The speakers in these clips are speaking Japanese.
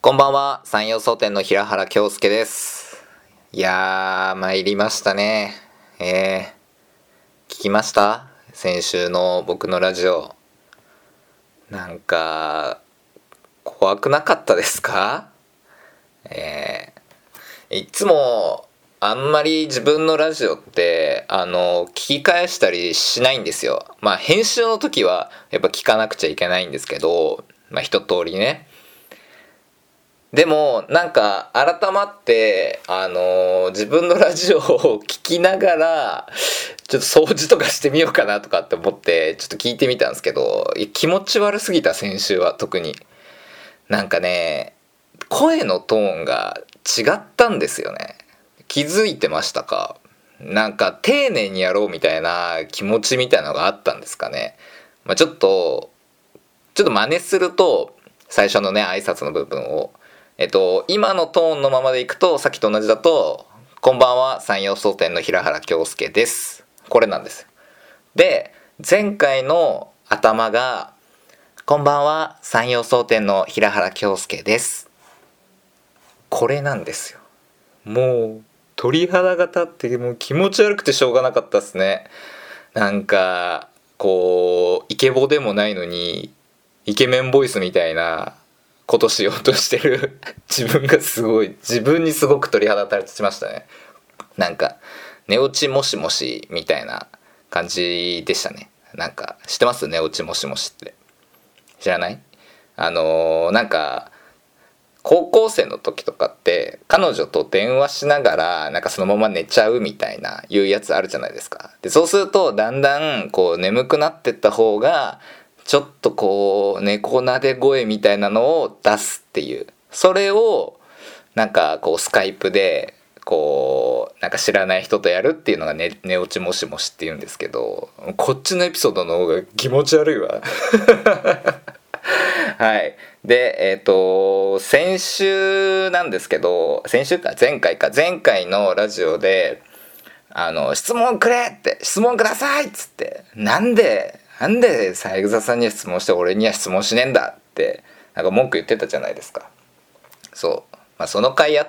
こんばんは、山陽総店の平原京介です。いやー、参りましたね。聞きました？先週の僕のラジオ。なんか、怖くなかったですか？いつも、あんまり自分のラジオって、聞き返したりしないんですよ。まあ、編集の時は、やっぱ聞かなくちゃいけないんですけど、まあ、一通りね。でもなんか改まって自分のラジオを聞きながらちょっと掃除とかしてみようかなとかって思ってちょっと聞いてみたんですけど、気持ち悪すぎた。先週は特になんかね、声のトーンが違ったんですよね。気づいてましたか？なんか丁寧にやろうみたいな気持ちみたいなのがあったんですかね。まあ、ちょっと真似すると、最初のね挨拶の部分を今のトーンのままでいくと、さっきと同じだと、こんばんは、山陽総店の平原京介です。これなんですよ。で、前回の頭が、こんばんは、山陽総店の平原京介です。これなんですよ。もう、鳥肌が立ってもう気持ち悪くてしょうがなかったですね。なんか、こう、イケボでもないのに、イケメンボイスみたいなことしようとしてる自分にすごく鳥肌立ちましたね。なんか寝落ちもしもしみたいな感じでしたね。なんか知ってます？寝落ちもしもしって知らない？なんか高校生の時とかって彼女と電話しながらなんかそのまま寝ちゃうみたいないうやつあるじゃないですか。でそうするとだんだんこう眠くなってった方がちょっとこう猫撫で声みたいなのを出すっていう、それをなんかこうスカイプでこうなんか知らない人とやるっていうのが寝落ちもしもしっていうんですけど、こっちのエピソードの方が気持ち悪いわ。はい。で、先週なんですけど、先週か前回のラジオで、質問くれって、質問くださいっつって、なんで三枝さんには質問して俺には質問しねえんだって、なんか文句言ってたじゃないですか。そう。まあ、その回あって、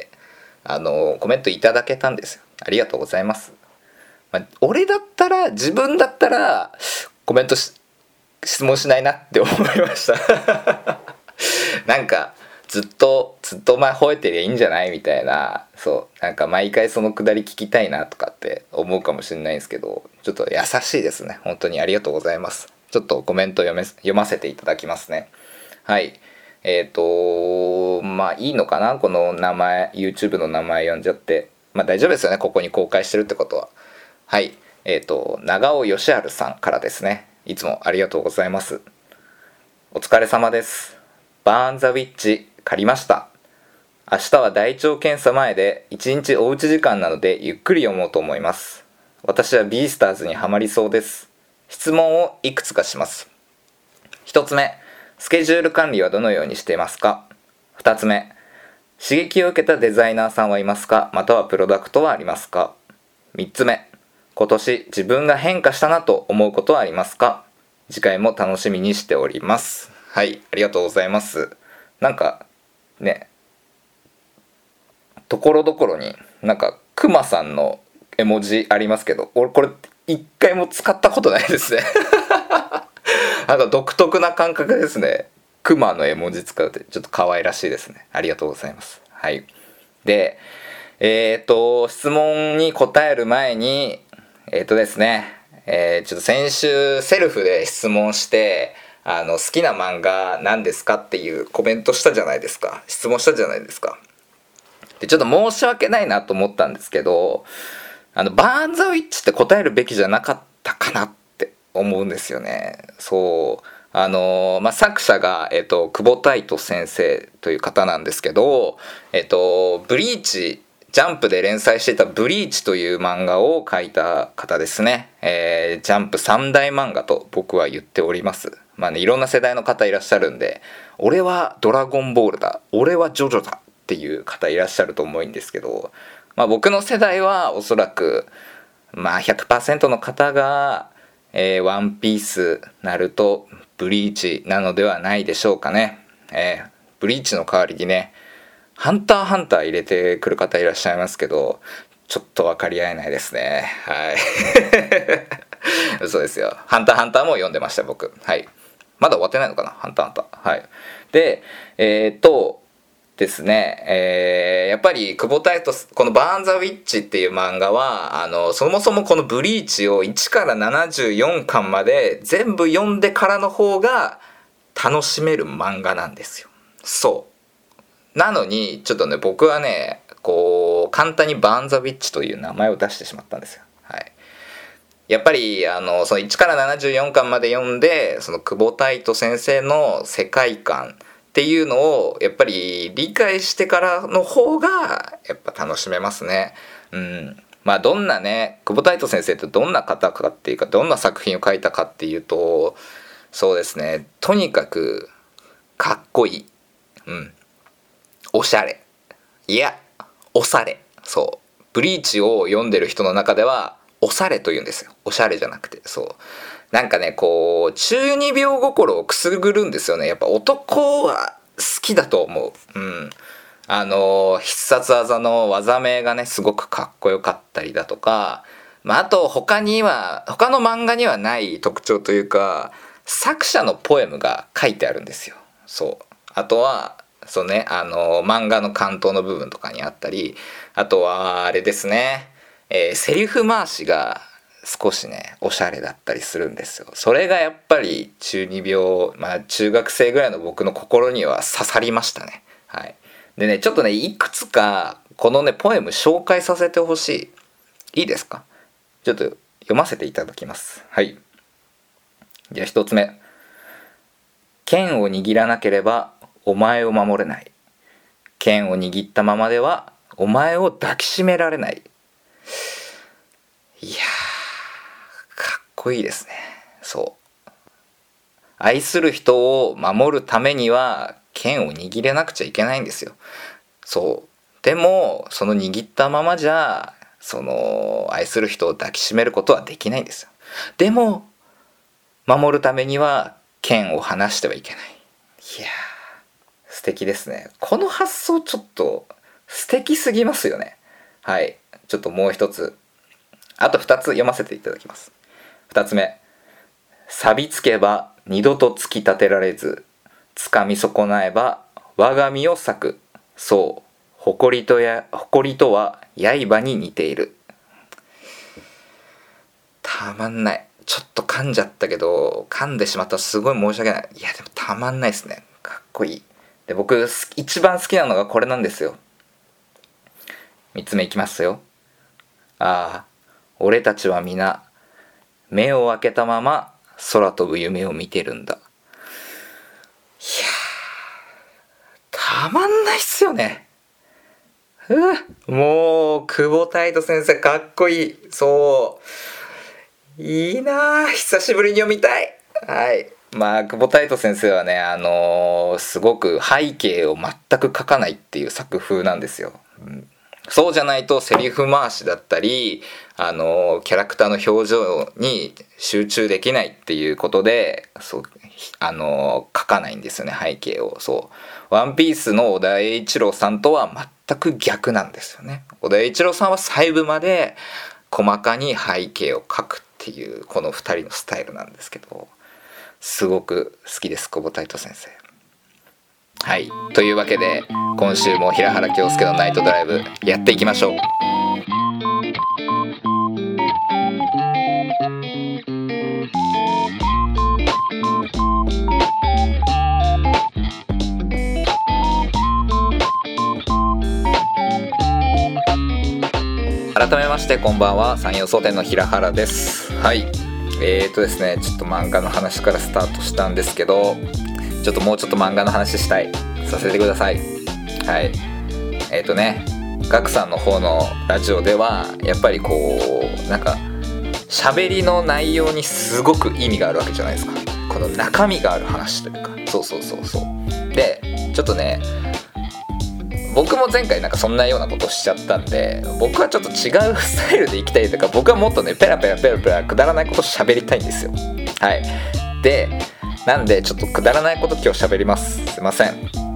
コメントいただけたんですよ。ありがとうございます。まあ、自分だったら、コメント質問しないなって思いました。なんかずっとお前吠えてりゃいいんじゃないみたいな、そうなんか毎回そのくだり聞きたいなとかって思うかもしれないんですけど、ちょっと優しいですね。本当にありがとうございます。ちょっとコメント読ませていただきますね。はい。まあいいのかな、この名前 YouTube の名前読んじゃって。まあ大丈夫ですよね、ここに公開してるってことは。はい。長尾義治さんからですね。いつもありがとうございます。お疲れ様です。バーンザウィッチ借りました。明日は大腸検査前で1日おうち時間なのでゆっくり読もうと思います。私はビースターズにはまりそうです。質問をいくつかします。1つ目、スケジュール管理はどのようにしていますか？ 2 つ目、刺激を受けたデザイナーさんはいますか、またはプロダクトはありますか？ 3 つ目、今年自分が変化したなと思うことはありますか？次回も楽しみにしております。はい、ありがとうございます。なんかね、ところどころになんかクマさんの絵文字ありますけど、俺これ一回も使ったことないですね。なんか独特な感覚ですね。クマの絵文字使うってちょっと可愛らしいですね。ありがとうございます。はい。で、質問に答える前に、ですね、ちょっと先週セルフで質問して、好きな漫画何ですかっていうコメントしたじゃないですか。質問したじゃないですか。で、ちょっと申し訳ないなと思ったんですけど、バーンザウィッチって答えるべきじゃなかったかなって思うんですよね。そう。まあ、作者が、久保太斗先生という方なんですけど、ブリーチ、ジャンプで連載していたブリーチという漫画を描いた方ですね。ジャンプ三大漫画と僕は言っております。まあね、いろんな世代の方いらっしゃるんで、俺はドラゴンボールだ、俺はジョジョだっていう方いらっしゃると思うんですけど、まあ、僕の世代はおそらく、まあ、100% の方が、ワンピース、ナルト、ブリーチなのではないでしょうかね。 ブリーチの代わりにねハンターハンター入れてくる方いらっしゃいますけど、ちょっと分かり合えないですね。はい嘘ですよ。ハンターハンターも読んでました僕。はい、まだ終わってないのかな、ハンターハンター。はい。でですね、やっぱり久保太斗、このバーン・ザ・ウィッチっていう漫画はそもそもこのブリーチを1から74巻まで全部読んでからの方が楽しめる漫画なんですよ。そうなのにちょっとね僕はねこう簡単にバーン・ザ・ウィッチという名前を出してしまったんですよ。はい、やっぱりその1から74巻まで読んでその久保太斗先生の世界観っていうのをやっぱり理解してからの方がやっぱ楽しめますね。まあどんなね久保太斗先生ってどんな方かっていうかどんな作品を書いたかっていうと、そうですね、とにかくかっこいい、おしゃれ、いやおしゃれ、そうブリーチを読んでる人の中ではおしゃれというんですよ。おしゃれじゃなくて、そうなんかねこう中二病心をくすぐるんですよね。やっぱ男は好きだと思う。必殺技の技名がねすごくかっこよかったりだとか、あと他の漫画にはない特徴というか作者のポエムが書いてあるんですよ。そうあとはそうね漫画の関東の部分とかにあったり、あとはあれですね、セリフ回しが少しねおしゃれだったりするんですよ。それがやっぱり中二病、中学生ぐらいの僕の心には刺さりましたね。はい。でねちょっとねいくつかこのねポエム紹介させてほしい。いいですか？ちょっと読ませていただきます。はい。じゃあ一つ目。剣を握らなければお前を守れない。剣を握ったままではお前を抱きしめられない。いやかっこいいですね。そう愛する人を守るためには剣を握れなくちゃいけないんですよ。そうでもその握ったままじゃその愛する人を抱きしめることはできないんですよ。でも守るためには剣を離してはいけない。いや素敵ですね。この発想ちょっと素敵すぎますよね。はい、ちょっともう一つ、あと2つ読ませていただきます。2つ目。錆びつけば二度と突き立てられず、掴み損なえば我が身を裂く。そう誇りとは刃に似ている。たまんない。ちょっと噛んじゃったけど、噛んでしまったらすごい申し訳ない。いやでもたまんないですね。かっこいい。で僕一番好きなのがこれなんですよ。3つ目いきますよ。ああ俺たちは皆目を開けたまま空飛ぶ夢を見てるんだ。いやたまんないっすよね。もう久保太斗先生かっこいい。そういいな、久しぶりに読みたい。はい。久保太斗先生はねすごく背景を全く書かないっていう作風なんですよ。そうじゃないとセリフ回しだったりキャラクターの表情に集中できないっていうことで書かないんですよね、背景を。そうワンピースの小田栄一郎さんとは全く逆なんですよね。小田栄一郎さんは細部まで細かに背景を描くっていうこの2人のスタイルなんですけど、すごく好きです久保太斗先生。はい、というわけで今週も平原京介のナイトドライブやっていきましょう。改めましてこんばんは、山陽総店の平原です。はい、ですねちょっと漫画の話からスタートしたんですけど、ちょっともうちょっと漫画の話させてください。はい。ガクさんの方のラジオではやっぱりこうなんか喋りの内容にすごく意味があるわけじゃないですか。この中身がある話というか、そうでちょっとね僕も前回なんかそんなようなことをしちゃったんで、僕はちょっと違うスタイルでいきたいというか、僕はもっとねペラペラくだらないことを喋りたいんですよ。はい。でなんでちょっとくだらないこと今日喋ります。すいません。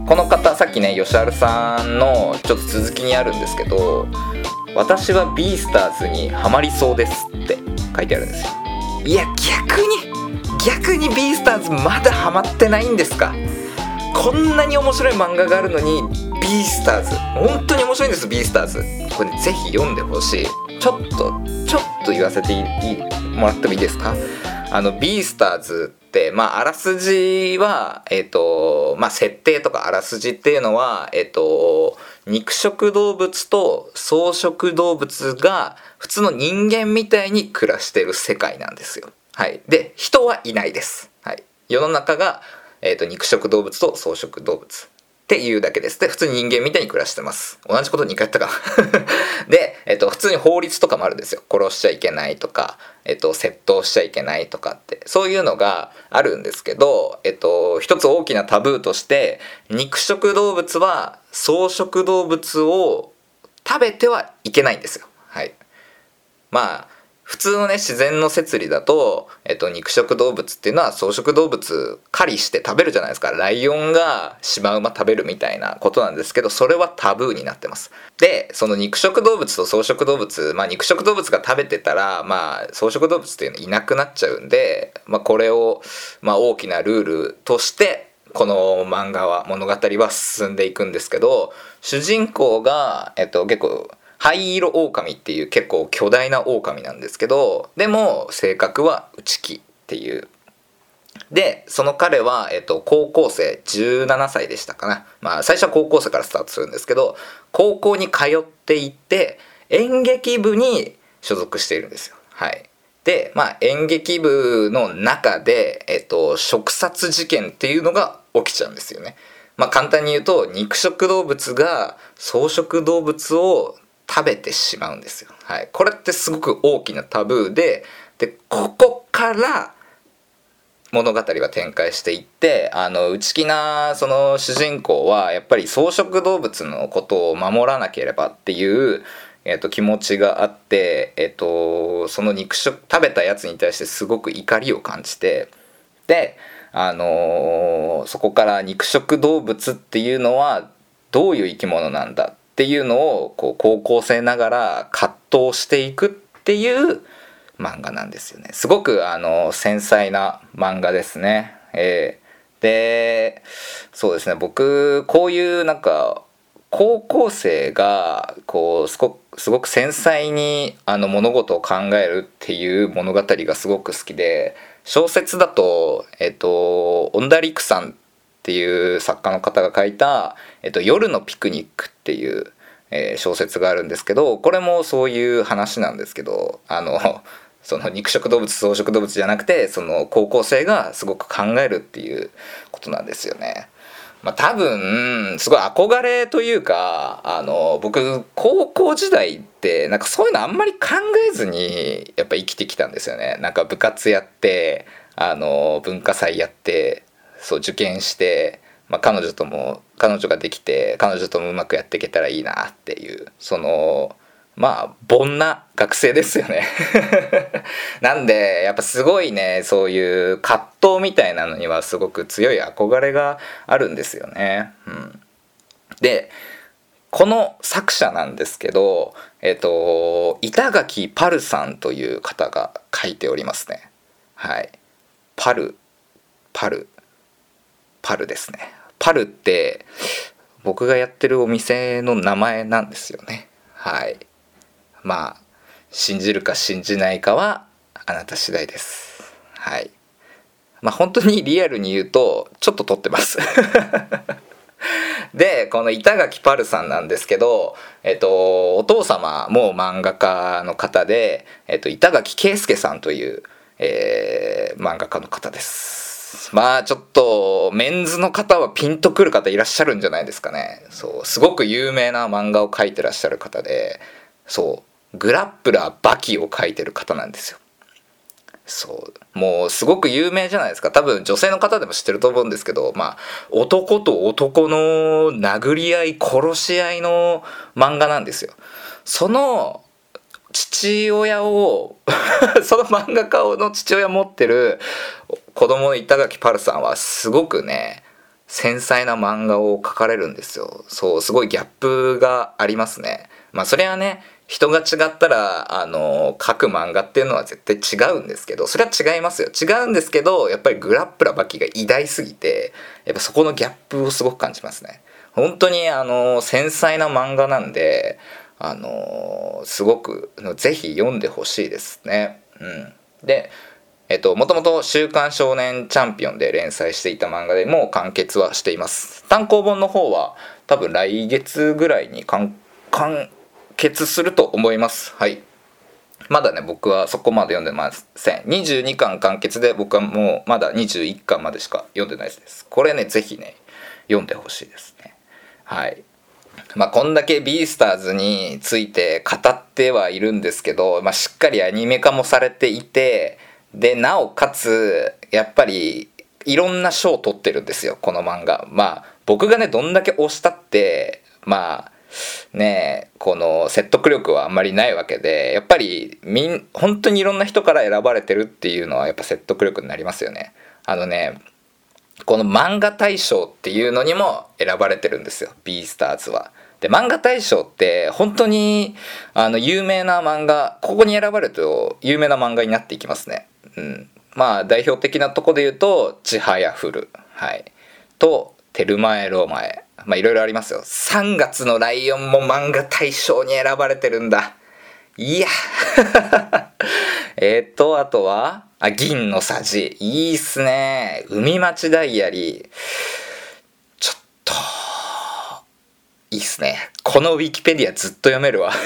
この方さっきね吉春さんのちょっと続きにあるんですけど、私はビースターズにハマりそうですって書いてあるんですよ。いや逆にビースターズまだハマってないんですか。こんなに面白い漫画があるのにビースターズ本当に面白いんです。ビースターズこれ、ね、ぜひ読んでほしい。ちょっと言わせてもらってもいいですか。ビースターズって、あらすじは設定とかあらすじっていうのは肉食動物と草食動物が普通の人間みたいに暮らしてる世界なんですよ。はい。で人はいないです。はい。世の中が肉食動物と草食動物っていうだけです。で普通に人間みたいに暮らしてます。同じこと2回やったかなで、普通に法律とかもあるんですよ。殺しちゃいけないとか、窃盗しちゃいけないとかってそういうのがあるんですけど、一つ大きなタブーとして肉食動物は草食動物を食べてはいけないんですよ。はい。普通のね自然の摂理だと、肉食動物っていうのは草食動物狩りして食べるじゃないですか。ライオンがシマウマ食べるみたいなことなんですけど、それはタブーになってます。でその肉食動物と草食動物、肉食動物が食べてたら草食動物っていうのはいなくなっちゃうんで、これを大きなルールとしてこの物語は進んでいくんですけど、主人公が、結構灰色狼っていう結構巨大な狼なんですけど、でも性格は内気っていう。でその彼は、高校生17歳でしたかな。最初は高校生からスタートするんですけど、高校に通っていて演劇部に所属しているんですよ。はい。で演劇部の中で、食殺事件っていうのが起きちゃうんですよね。簡単に言うと肉食動物が草食動物を食べてしまうんですよ。はい。これってすごく大きなタブーで、ここから物語は展開していって、内気なその主人公はやっぱり草食動物のことを守らなければっていう、気持ちがあって、その食べたやつに対してすごく怒りを感じて、で、そこから肉食動物っていうのはどういう生き物なんだっていうのを高校生ながら葛藤していくっていう漫画なんですよね。すごく繊細な漫画ですね。でそうですね、僕こういう高校生がすごく繊細に物事を考えるっていう物語がすごく好きで、小説だと恩田陸さんっていう作家の方が書いた夜のピクニックっていう、小説があるんですけど、これもそういう話なんですけど、その肉食動物草食動物じゃなくて、その高校生がすごく考えるっていうことなんですよね。多分すごい憧れというか、僕高校時代ってそういうのあんまり考えずにやっぱ生きてきたんですよね。部活やって文化祭やって受験して、彼女ができて彼女ともうまくやっていけたらいいなっていう、凡な学生ですよねなんでやっぱすごいね、そういう葛藤みたいなのにはすごく強い憧れがあるんですよね。でこの作者なんですけど、板垣パルさんという方が書いておりますね。はい。パルですね。パルって僕がやってるお店の名前なんですよね。はい。信じるか信じないかはあなた次第です。はい。本当にリアルに言うとちょっと撮ってますでこの板垣パルさんなんですけど、お父様も漫画家の方で、板垣圭介さんという、漫画家の方です。ちょっとメンズの方はピンとくる方いらっしゃるんじゃないですかね。すごく有名な漫画を描いてらっしゃる方で、グラップラーバキを描いてる方なんですよ。もうすごく有名じゃないですか。多分女性の方でも知ってると思うんですけど、男と男の殴り合い殺し合いの漫画なんですよ。その父親をその漫画家の父親持ってる子供の板垣パルさんはすごくね繊細な漫画を描かれるんですよ。そう、すごいギャップがありますね。まあそれはね、人が違ったら描く漫画っていうのは絶対違うんですけど、それは違いますよ。違うんですけど、やっぱりグラップラバキが偉大すぎて、やっぱそこのギャップをすごく感じますね。本当に繊細な漫画なんで、すごくぜひ読んでほしいですね。うん。で、もともと週刊少年チャンピオンで連載していた漫画でもう完結はしています。単行本の方は多分来月ぐらいに完結すると思います。はい。まだね、僕はそこまで読んでません。22巻完結で、僕はもうまだ21巻までしか読んでないです。これね、ぜひね、読んでほしいですね。はい。まあこんだけビースターズについて語ってはいるんですけど、まあしっかりアニメ化もされていて、でなおかつやっぱりいろんな賞を取ってるんですよ、この漫画。まあ僕がねどんだけ推したって、まあねこの説得力はあんまりないわけで、やっぱり本当にいろんな人から選ばれてるっていうのはやっぱ説得力になりますよね。この漫画大賞っていうのにも選ばれてるんですよ、ビースターズは。で漫画大賞って本当に有名な漫画、ここに選ばれると有名な漫画になっていきますね。うん、まあ代表的なとこで言うと「ちはやふる」はいと「テルマエロマエ」、まあいろいろありますよ。3月のライオンも漫画大賞に選ばれてるんだ。いやあとは銀のさじ、いいっすね。海町ダイアリー、ちょっといいっすね。このウィキペディアずっと読めるわ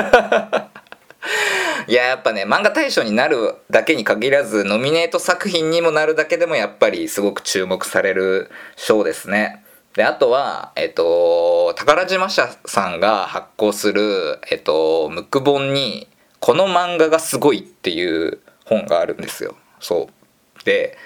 いややっぱね、漫画大賞になるだけに限らずノミネート作品にもなるだけでもやっぱりすごく注目される賞ですね。であとは宝島社さんが発行するムック本にこの漫画がすごいっていう本があるんですよ。そうで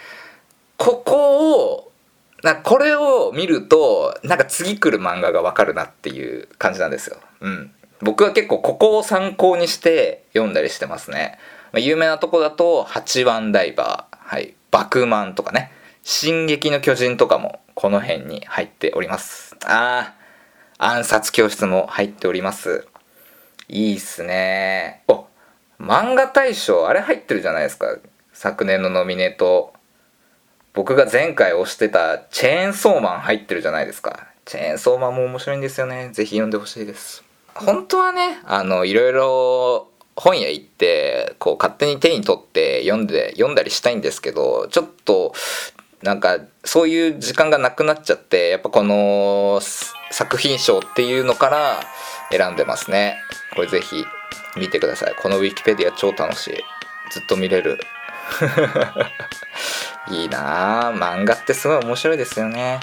これを見るとなんか次来る漫画がわかるなっていう感じなんですよ。うん。僕は結構ここを参考にして読んだりしてますね。有名なとこだと八番ダイバー、はい、バクマンとかね、進撃の巨人とかもこの辺に入っております。暗殺教室も入っております。いいっすね。漫画大賞あれ入ってるじゃないですか、昨年のノミネート。僕が前回推してたチェーンソーマン入ってるじゃないですか。チェーンソーマンも面白いんですよね。ぜひ読んでほしいです。本当はねいろいろ本屋行ってこう勝手に手に取って読んだりしたいんですけど、ちょっとなんかそういう時間がなくなっちゃって、やっぱこの作品賞っていうのから選んでますね。これぜひ見てください。このウィキペディア超楽しい。ずっと見れるいいなあ、漫画ってすごい面白いですよね。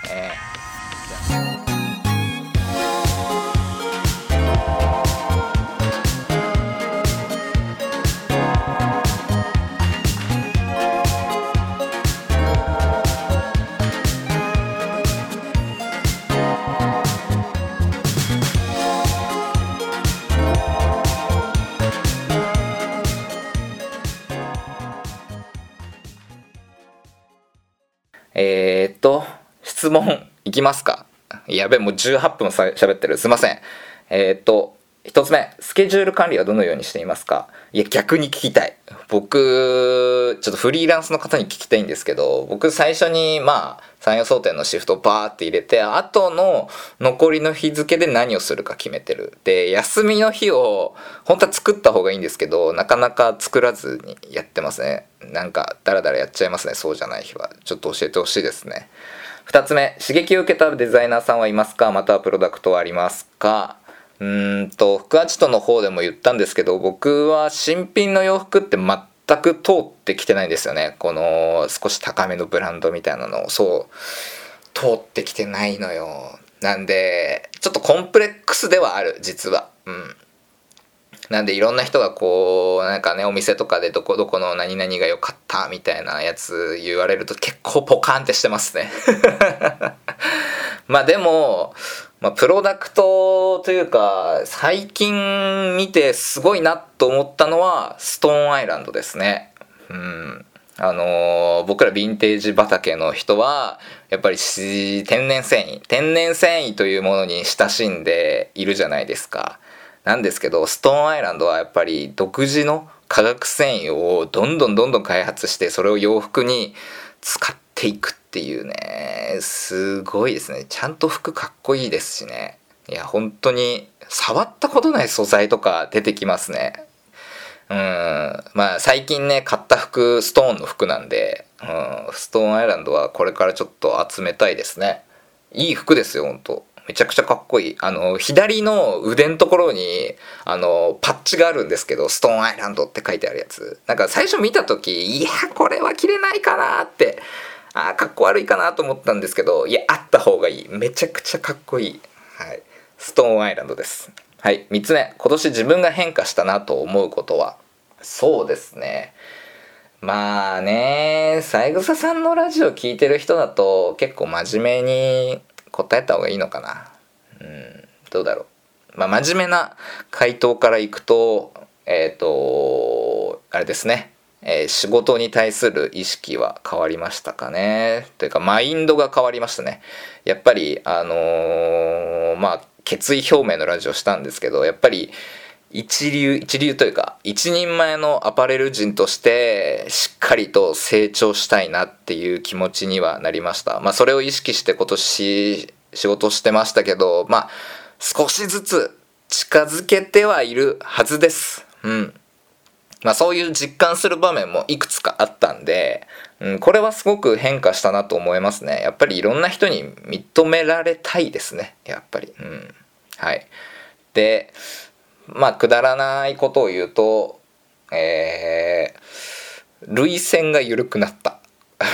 質問いきますか。やべえ、もう18分喋ってる。すいません。一つ目、スケジュール管理はどのようにしていますか？いや、逆に聞きたい。僕ちょっとフリーランスの方に聞きたいんですけど、僕最初に三陽争点のシフトをバーって入れて、あとの残りの日付で何をするか決めてる。で休みの日を本当は作った方がいいんですけど、なかなか作らずにやってますね。なんかダラダラやっちゃいますね、そうじゃない日は。ちょっと教えてほしいですね。2つ目、刺激を受けたデザイナーさんはいますか、またはプロダクトはありますか？福アチトの方でも言ったんですけど、僕は新品の洋服って全く通ってきてないんですよね。この少し高めのブランドみたいなのを通ってきてないのよ。なんでちょっとコンプレックスではある、実は。なんでいろんな人がこうなんかね、お店とかでどこどこの何々が良かったみたいなやつ言われると結構ポカンってしてますねでも、プロダクトというか最近見てすごいなと思ったのはストーンアイランドですね。 僕らヴィンテージ畑の人はやっぱり天然繊維というものに親しんでいるじゃないですか。なんですけどストーンアイランドはやっぱり独自の化学繊維をどんどん開発して、それを洋服に使っていくっていうね、すごいですね。ちゃんと服かっこいいですしね。いや本当に触ったことない素材とか出てきますね。まあ最近ね買った服ストーンの服なんで、ストーンアイランドはこれからちょっと集めたいですね。いい服ですよ本当。めちゃくちゃかっこいい。左の腕のところにパッチがあるんですけど、ストーンアイランドって書いてあるやつ、なんか最初見た時、いやこれは着れないかなって、かっこ悪いかなと思ったんですけど、いやあった方がいい。めちゃくちゃかっこいい。はい、ストーンアイランドです。はい、3つ目、今年自分が変化したなと思うことは、そうですね、まあね、三枝さんのラジオ聞いてる人だと結構真面目に答えた方がいいのかな。どうだろう。まあ真面目な回答からいくと、あれですね、仕事に対する意識は変わりましたかね。というかマインドが変わりましたね。やっぱりまあ決意表明のラジオしたんですけど、やっぱり一流というか一人前のアパレル人としてしっかりと成長したいなっていう気持ちにはなりました。まあそれを意識して今年仕事してましたけど、まあ少しずつ近づけてはいるはずです。まあそういう実感する場面もいくつかあったんで、これはすごく変化したなと思いますね。やっぱりいろんな人に認められたいですね、やっぱり。はい。で、まあくだらないことを言うと、涙腺が緩くなった。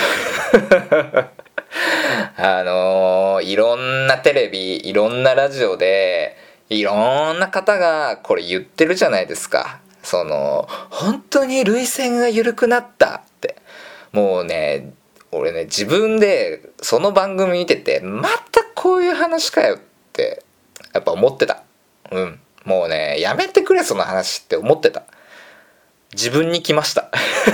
いろんなテレビ、いろんなラジオでいろんな方がこれ言ってるじゃないですか。本当に涙腺が緩くなったって。もうね、俺ね、自分でその番組見てて、またこういう話かよってやっぱ思ってた。もうね、やめてくれその話って思ってた。自分に来ました。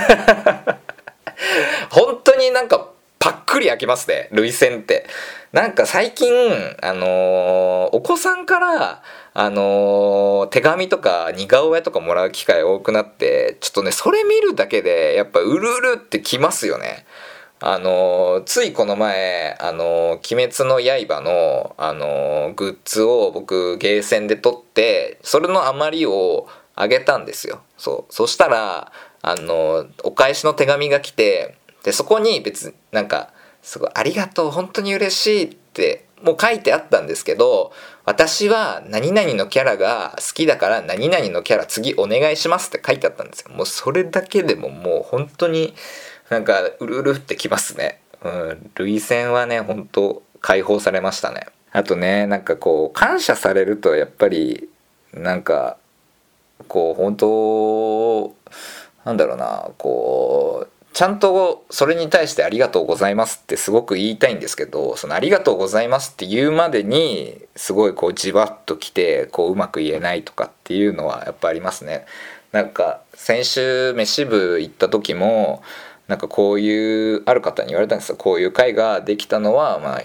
本当になんかパックリ開きますね、涙腺って。なんか最近お子さんから手紙とか似顔絵とかもらう機会多くなって、ちょっとねそれ見るだけでやっぱうるうるってきますよね。ついこの前鬼滅の刃のグッズを僕ゲーセンで撮って、それの余りをあげたんですよ。そしたらお返しの手紙が来て、でそこに別になんかすごいありがとう本当に嬉しいってもう書いてあったんですけど、私は何々のキャラが好きだから何々のキャラ次お願いしますって書いてあったんですよ。もうそれだけでももう本当になんかうるうるってきますね。涙腺はね本当解放されましたね。あとね、なんかこう感謝されるとやっぱりなんかこう本当なんだろうな、こうちゃんとそれに対してありがとうございますってすごく言いたいんですけど、そのありがとうございますって言うまでにすごいこうじわっときてこううまく言えないとかっていうのはやっぱありますね。なんか先週飯部行った時もなんかこういうある方に言われたんですよ。こういう会ができたのはまあ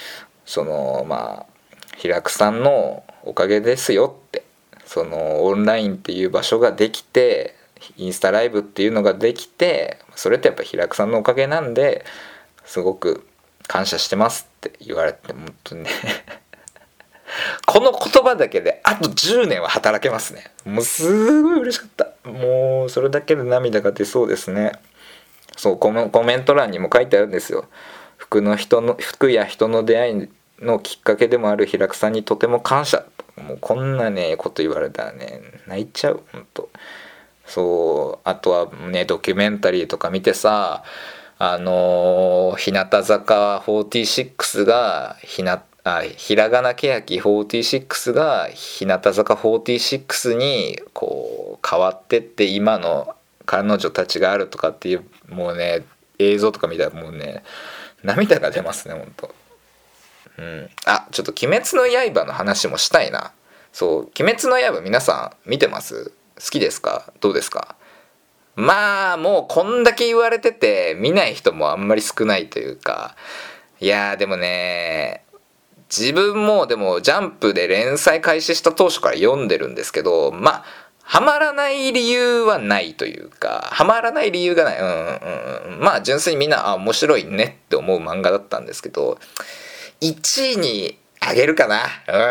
平久さんのおかげですよって。オンラインっていう場所ができてインスタライブっていうのができて、それってやっぱ平久さんのおかげなんですごく感謝してますって言われて、本当にねこの言葉だけであと10年は働けますね。もうすごい嬉しかった。もうそれだけで涙が出そうですね。コメント欄にも書いてあるんですよ。服や人の出会いのきっかけでもある平久さんにとても感謝。もうこんなねこと言われたらね泣いちゃう本当。あとはねドキュメンタリーとか見てさ、日向坂46がひらがなけやき46が日向坂46にこう変わってって今の彼女たちがあるとかっていう、もうね映像とか見たらもうね涙が出ますね本当。ちょっと鬼滅の刃の話もしたいな。鬼滅の刃皆さん見てます？好きですか？どうですか？ まあもうこんだけ言われてて見ない人もあんまり少ないというか、いやでもね、自分もでもジャンプで連載開始した当初から読んでるんですけど、まあハマらない理由はないというか、ハマらない理由がない、まあ純粋にみんな面白いねって思う漫画だったんですけど、1位にあげるかな。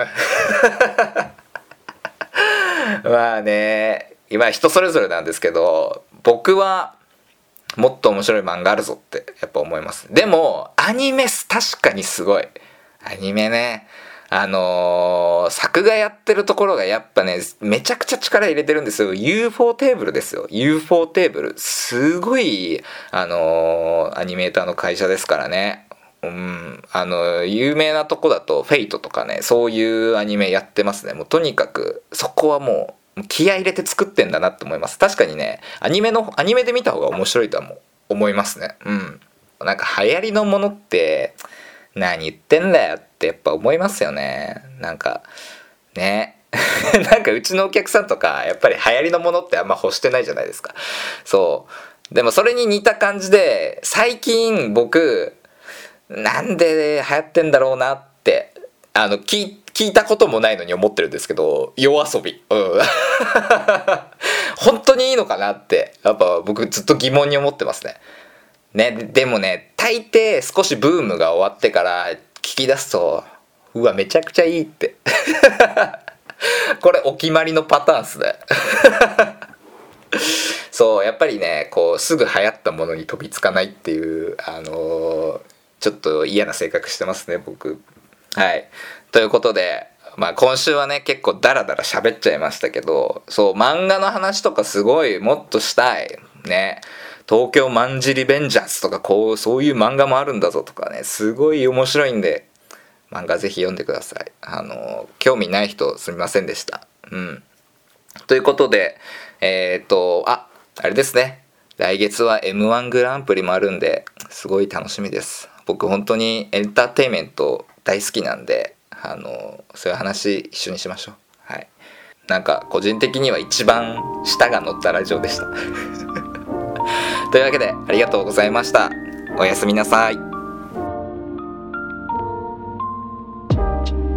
まあね、今人それぞれなんですけど、僕はもっと面白い漫画あるぞってやっぱ思います。でもアニメ確かにすごい。アニメね、作画やってるところがやっぱね、めちゃくちゃ力入れてるんですよ。 UFO テーブルですよ。 UFO テーブルすごいアニメーターの会社ですからね。有名なとこだとフェイトとかね、そういうアニメやってますね。もうとにかくそこはもう気合い入れて作ってんだなって思います。確かにね、アニメで見た方が面白いとは思いますね。なんか流行りのものって何言ってんだよってやっぱ思いますよね。なんかねなんかうちのお客さんとかやっぱり流行りのものってあんま欲してないじゃないですか。そうでもそれに似た感じで、最近僕なんで流行ってんだろうなって聞いたこともないのに思ってるんですけど、夜遊び、本当にいいのかなってやっぱ僕ずっと疑問に思ってますね。でもね、大抵少しブームが終わってから聞き出すと、うわめちゃくちゃいいってこれお決まりのパターンっすねそうやっぱりね、こうすぐ流行ったものに飛びつかないっていうちょっと嫌な性格してますね僕。はい、ということで、まあ今週はね結構ダラダラ喋っちゃいましたけど、そう漫画の話とかすごいもっとしたいね。東京マンジリベンジャンスとかそういう漫画もあるんだぞとかね、すごい面白いんで漫画ぜひ読んでください。興味ない人すみませんでした。ということであれですね、来月は M1 グランプリもあるんですごい楽しみです。僕本当にエンターテインメント大好きなんで、そういう話一緒にしましょう。はい、なんか個人的には一番舌が乗ったラジオでしたというわけでありがとうございました。おやすみなさい。